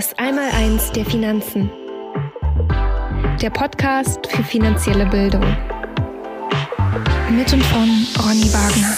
Das Einmaleins der Finanzen. Der Podcast für finanzielle Bildung. Mit und von Ronny Wagner.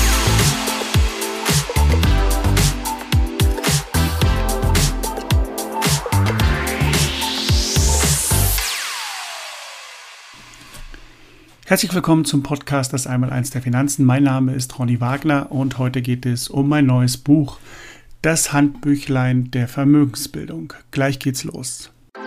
Herzlich willkommen zum Podcast Das Einmaleins der Finanzen. Mein Name ist Ronny Wagner und heute geht es um mein neues Buch, Das Handbüchlein der Vermögensbildung. Gleich geht's los.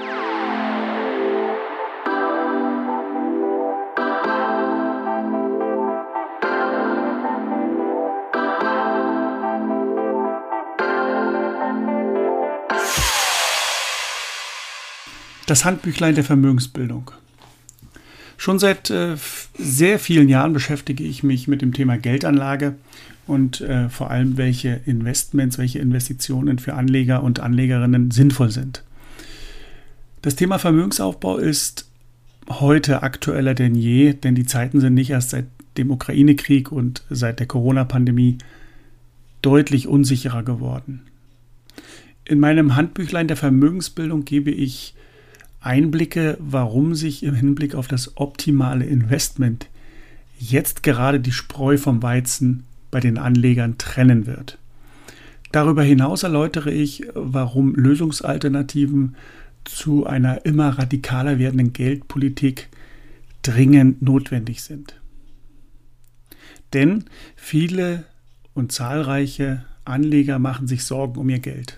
Das Handbüchlein der Vermögensbildung. Schon seit sehr vielen Jahren beschäftige ich mich mit dem Thema Geldanlage und vor allem, welche Investitionen für Anleger und Anlegerinnen sinnvoll sind. Das Thema Vermögensaufbau ist heute aktueller denn je, denn die Zeiten sind nicht erst seit dem Ukraine-Krieg und seit der Corona-Pandemie deutlich unsicherer geworden. In meinem Handbüchlein der Vermögensbildung gebe ich Einblicke, warum sich im Hinblick auf das optimale Investment jetzt gerade die Spreu vom Weizen bei den Anlegern trennen wird. Darüber hinaus erläutere ich, warum Lösungsalternativen zu einer immer radikaler werdenden Geldpolitik dringend notwendig sind. Denn viele und zahlreiche Anleger machen sich Sorgen um ihr Geld.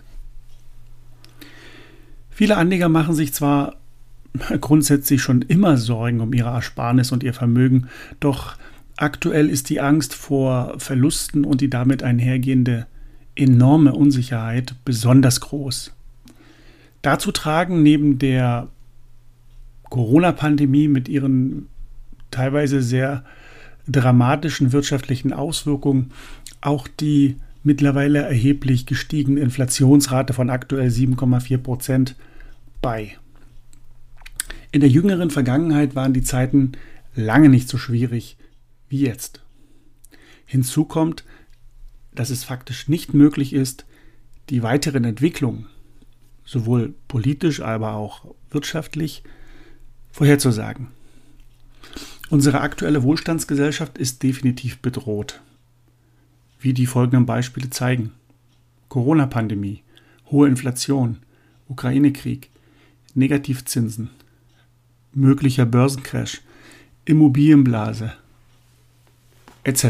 Viele Anleger machen sich zwar grundsätzlich schon immer Sorgen um ihre Ersparnis und ihr Vermögen, doch aktuell ist die Angst vor Verlusten und die damit einhergehende enorme Unsicherheit besonders groß. Dazu tragen neben der Corona-Pandemie mit ihren teilweise sehr dramatischen wirtschaftlichen Auswirkungen auch die mittlerweile erheblich gestiegene Inflationsrate von aktuell 7,4% bei. In der jüngeren Vergangenheit waren die Zeiten lange nicht so schwierig wie jetzt. Hinzu kommt, dass es faktisch nicht möglich ist, die weiteren Entwicklungen, sowohl politisch, aber auch wirtschaftlich, vorherzusagen. Unsere aktuelle Wohlstandsgesellschaft ist definitiv bedroht. Wie die folgenden Beispiele zeigen: Corona-Pandemie, hohe Inflation, Ukraine-Krieg, Negativzinsen, möglicher Börsencrash, Immobilienblase, etc.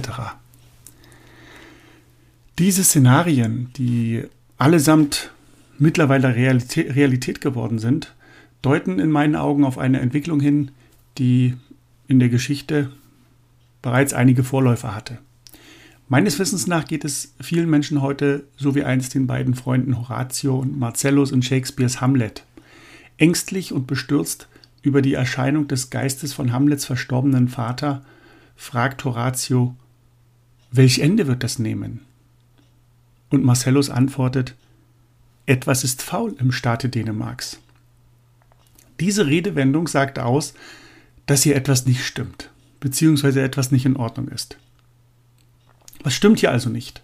Diese Szenarien, die allesamt mittlerweile Realität geworden sind, deuten in meinen Augen auf eine Entwicklung hin, die in der Geschichte bereits einige Vorläufer hatte. Meines Wissens nach geht es vielen Menschen heute so wie einst den beiden Freunden Horatio und Marcellus in Shakespeares Hamlet. Ängstlich und bestürzt über die Erscheinung des Geistes von Hamlets verstorbenen Vater fragt Horatio: Welch Ende wird das nehmen? Und Marcellus antwortet: Etwas ist faul im Staate Dänemarks. Diese Redewendung sagt aus, dass hier etwas nicht stimmt, beziehungsweise etwas nicht in Ordnung ist. Was stimmt hier also nicht?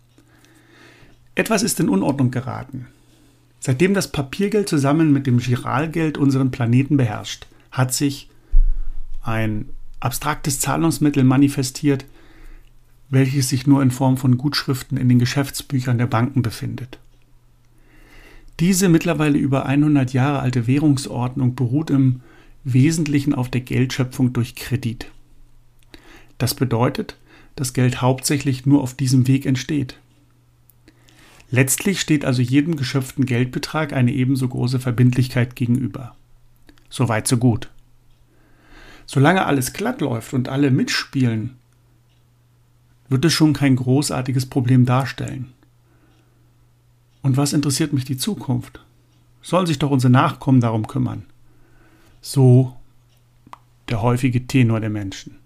Etwas ist in Unordnung geraten. Seitdem das Papiergeld zusammen mit dem Giralgeld unseren Planeten beherrscht, hat sich ein abstraktes Zahlungsmittel manifestiert, welches sich nur in Form von Gutschriften in den Geschäftsbüchern der Banken befindet. Diese mittlerweile über 100 Jahre alte Währungsordnung beruht im Wesentlichen auf der Geldschöpfung durch Kredit. Das bedeutet, dass Geld hauptsächlich nur auf diesem Weg entsteht. Letztlich steht also jedem geschöpften Geldbetrag eine ebenso große Verbindlichkeit gegenüber. Soweit so gut. Solange alles glatt läuft und alle mitspielen, wird es schon kein großartiges Problem darstellen. Und was interessiert mich die Zukunft? Sollen sich doch unsere Nachkommen darum kümmern. So der häufige Tenor der Menschen.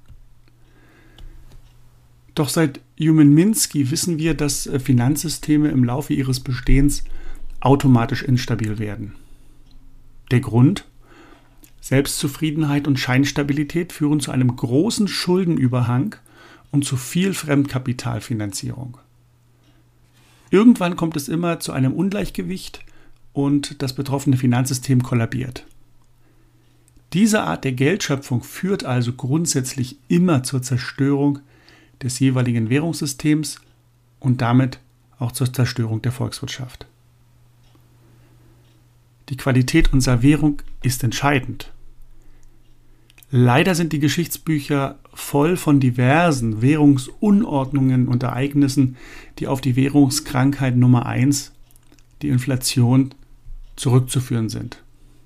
Doch seit Hyman Minsky wissen wir, dass Finanzsysteme im Laufe ihres Bestehens automatisch instabil werden. Der Grund? Selbstzufriedenheit und Scheinstabilität führen zu einem großen Schuldenüberhang und zu viel Fremdkapitalfinanzierung. Irgendwann kommt es immer zu einem Ungleichgewicht und das betroffene Finanzsystem kollabiert. Diese Art der Geldschöpfung führt also grundsätzlich immer zur Zerstörung des jeweiligen Währungssystems und damit auch zur Zerstörung der Volkswirtschaft. Die Qualität unserer Währung ist entscheidend. Leider sind die Geschichtsbücher voll von diversen Währungsunordnungen und Ereignissen, die auf die Währungskrankheit Nummer 1, die Inflation, zurückzuführen sind.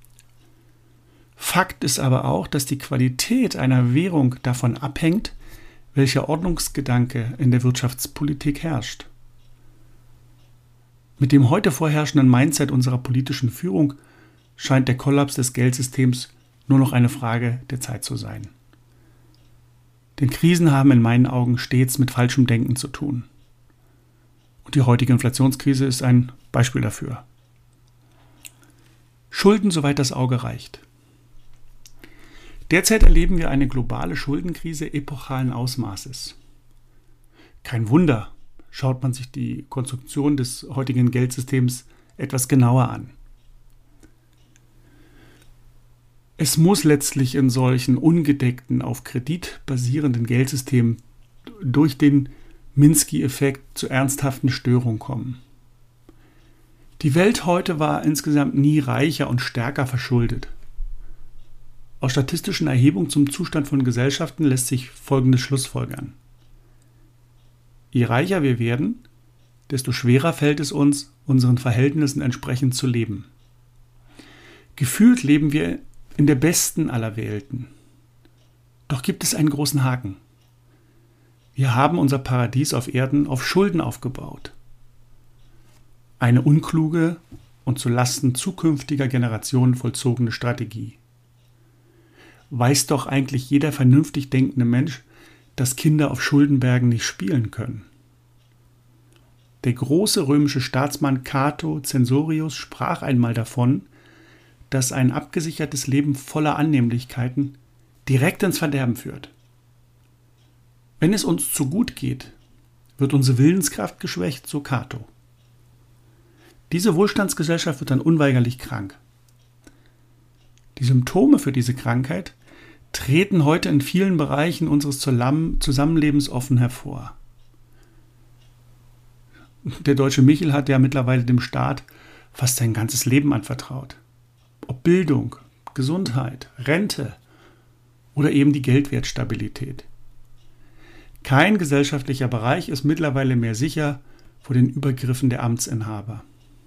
Fakt ist aber auch, dass die Qualität einer Währung davon abhängt, welcher Ordnungsgedanke in der Wirtschaftspolitik herrscht. Mit dem heute vorherrschenden Mindset unserer politischen Führung scheint der Kollaps des Geldsystems nur noch eine Frage der Zeit zu sein. Denn Krisen haben in meinen Augen stets mit falschem Denken zu tun. Und die heutige Inflationskrise ist ein Beispiel dafür. Schulden, soweit das Auge reicht. Derzeit erleben wir eine globale Schuldenkrise epochalen Ausmaßes. Kein Wunder, schaut man sich die Konstruktion des heutigen Geldsystems etwas genauer an. Es muss letztlich in solchen ungedeckten, auf Kredit basierenden Geldsystemen durch den Minsky-Effekt zu ernsthaften Störungen kommen. Die Welt heute war insgesamt nie reicher und stärker verschuldet. Aus statistischen Erhebungen zum Zustand von Gesellschaften lässt sich Folgendes schlussfolgern. Je reicher wir werden, desto schwerer fällt es uns, unseren Verhältnissen entsprechend zu leben. Gefühlt leben wir in der besten aller Welten. Doch gibt es einen großen Haken. Wir haben unser Paradies auf Erden auf Schulden aufgebaut. Eine unkluge und zu Lasten zukünftiger Generationen vollzogene Strategie. Weiß doch eigentlich jeder vernünftig denkende Mensch, dass Kinder auf Schuldenbergen nicht spielen können. Der große römische Staatsmann Cato Censorius sprach einmal davon, dass ein abgesichertes Leben voller Annehmlichkeiten direkt ins Verderben führt. Wenn es uns zu gut geht, wird unsere Willenskraft geschwächt, so Cato. Diese Wohlstandsgesellschaft wird dann unweigerlich krank. Die Symptome für diese Krankheit treten heute in vielen Bereichen unseres Zusammenlebens offen hervor. Der deutsche Michel hat ja mittlerweile dem Staat fast sein ganzes Leben anvertraut. Ob Bildung, Gesundheit, Rente oder eben die Geldwertstabilität. Kein gesellschaftlicher Bereich ist mittlerweile mehr sicher vor den Übergriffen der Amtsinhaber.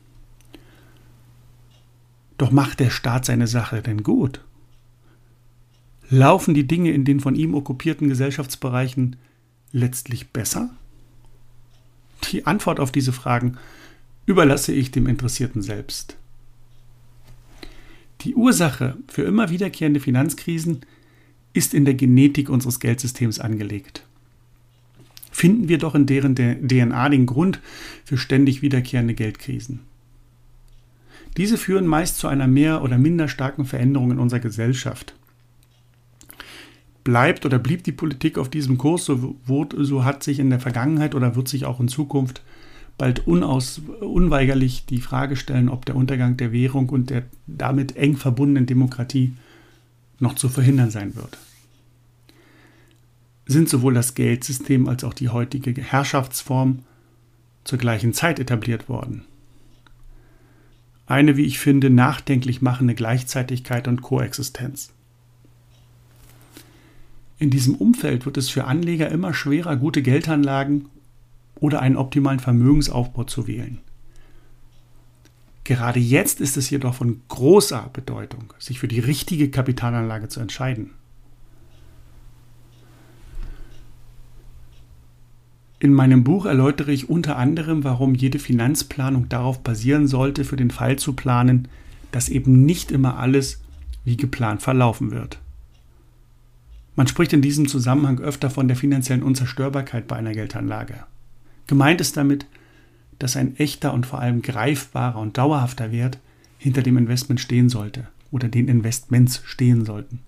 Doch macht der Staat seine Sache denn gut? Laufen die Dinge in den von ihm okkupierten Gesellschaftsbereichen letztlich besser? Die Antwort auf diese Fragen überlasse ich dem Interessierten selbst. Die Ursache für immer wiederkehrende Finanzkrisen ist in der Genetik unseres Geldsystems angelegt. Finden wir doch in deren DNA den Grund für ständig wiederkehrende Geldkrisen. Diese führen meist zu einer mehr oder minder starken Veränderung in unserer Gesellschaft. Bleibt oder blieb die Politik auf diesem Kurs, so hat sich in der Vergangenheit oder wird sich auch in Zukunft bald unweigerlich die Frage stellen, ob der Untergang der Währung und der damit eng verbundenen Demokratie noch zu verhindern sein wird. Sind sowohl das Geldsystem als auch die heutige Herrschaftsform zur gleichen Zeit etabliert worden? Eine, wie ich finde, nachdenklich machende Gleichzeitigkeit und Koexistenz. In diesem Umfeld wird es für Anleger immer schwerer, gute Geldanlagen oder einen optimalen Vermögensaufbau zu wählen. Gerade jetzt ist es jedoch von großer Bedeutung, sich für die richtige Kapitalanlage zu entscheiden. In meinem Buch erläutere ich unter anderem, warum jede Finanzplanung darauf basieren sollte, für den Fall zu planen, dass eben nicht immer alles wie geplant verlaufen wird. Man spricht in diesem Zusammenhang öfter von der finanziellen Unzerstörbarkeit bei einer Geldanlage. Gemeint ist damit, dass ein echter und vor allem greifbarer und dauerhafter Wert hinter dem Investment stehen sollte oder den Investments stehen sollten.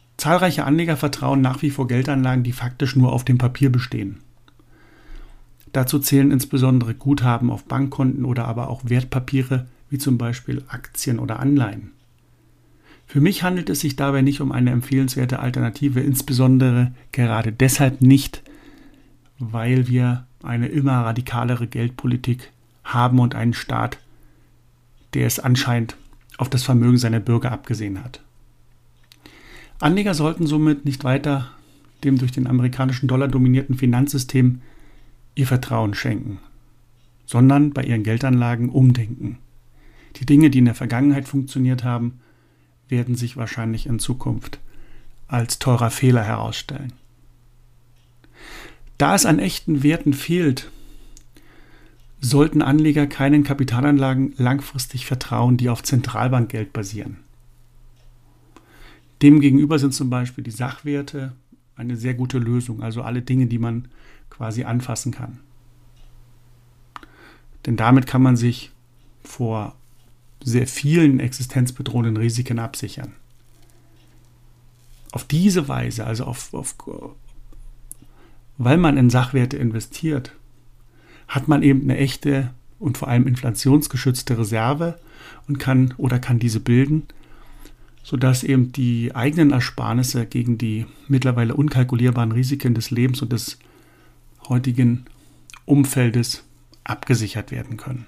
Zahlreiche Anleger vertrauen nach wie vor Geldanlagen, die faktisch nur auf dem Papier bestehen. Dazu zählen insbesondere Guthaben auf Bankkonten oder aber auch Wertpapiere wie zum Beispiel Aktien oder Anleihen. Für mich handelt es sich dabei nicht um eine empfehlenswerte Alternative, insbesondere gerade deshalb nicht, weil wir eine immer radikalere Geldpolitik haben und einen Staat, der es anscheinend auf das Vermögen seiner Bürger abgesehen hat. Anleger sollten somit nicht weiter dem durch den amerikanischen Dollar dominierten Finanzsystem ihr Vertrauen schenken, sondern bei ihren Geldanlagen umdenken. Die Dinge, die in der Vergangenheit funktioniert haben, werden sich wahrscheinlich in Zukunft als teurer Fehler herausstellen. Da es an echten Werten fehlt, sollten Anleger keinen Kapitalanlagen langfristig vertrauen, die auf Zentralbankgeld basieren. Demgegenüber sind zum Beispiel die Sachwerte eine sehr gute Lösung, also alle Dinge, die man quasi anfassen kann. Denn damit kann man sich vor sehr vielen existenzbedrohenden Risiken absichern. Auf diese Weise, also weil man in Sachwerte investiert, hat man eben eine echte und vor allem inflationsgeschützte Reserve und kann diese bilden, sodass eben die eigenen Ersparnisse gegen die mittlerweile unkalkulierbaren Risiken des Lebens und des heutigen Umfeldes abgesichert werden können.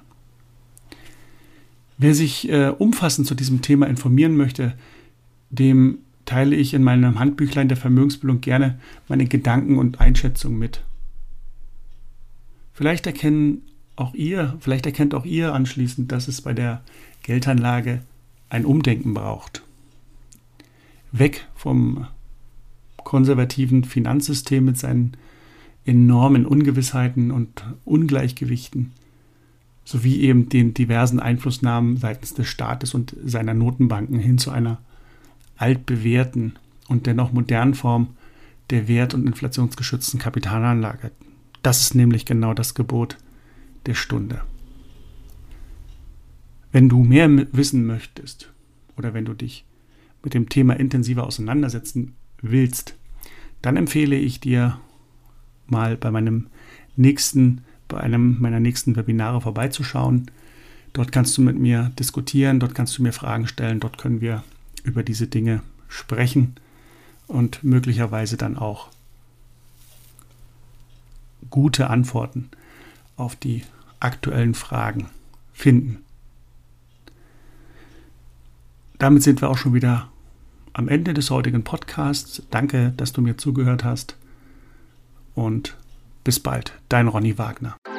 Wer sich umfassend zu diesem Thema informieren möchte, dem teile ich in meinem Handbüchlein der Vermögensbildung gerne meine Gedanken und Einschätzungen mit. Vielleicht erkennt auch ihr anschließend, dass es bei der Geldanlage ein Umdenken braucht. Weg vom konservativen Finanzsystem mit seinen enormen Ungewissheiten und Ungleichgewichten sowie eben den diversen Einflussnahmen seitens des Staates und seiner Notenbanken hin zu einer altbewährten und dennoch modernen Form der wert- und inflationsgeschützten Kapitalanlage. Das ist nämlich genau das Gebot der Stunde. Wenn du mehr wissen möchtest oder wenn du dich mit dem Thema intensiver auseinandersetzen willst, dann empfehle ich dir mal bei einem meiner nächsten Webinare vorbeizuschauen. Dort kannst du mit mir diskutieren, dort kannst du mir Fragen stellen, dort können wir über diese Dinge sprechen und möglicherweise dann auch gute Antworten auf die aktuellen Fragen finden. Damit sind wir auch schon wieder am Ende des heutigen Podcasts. Danke, dass du mir zugehört hast und bis bald. Dein Ronny Wagner.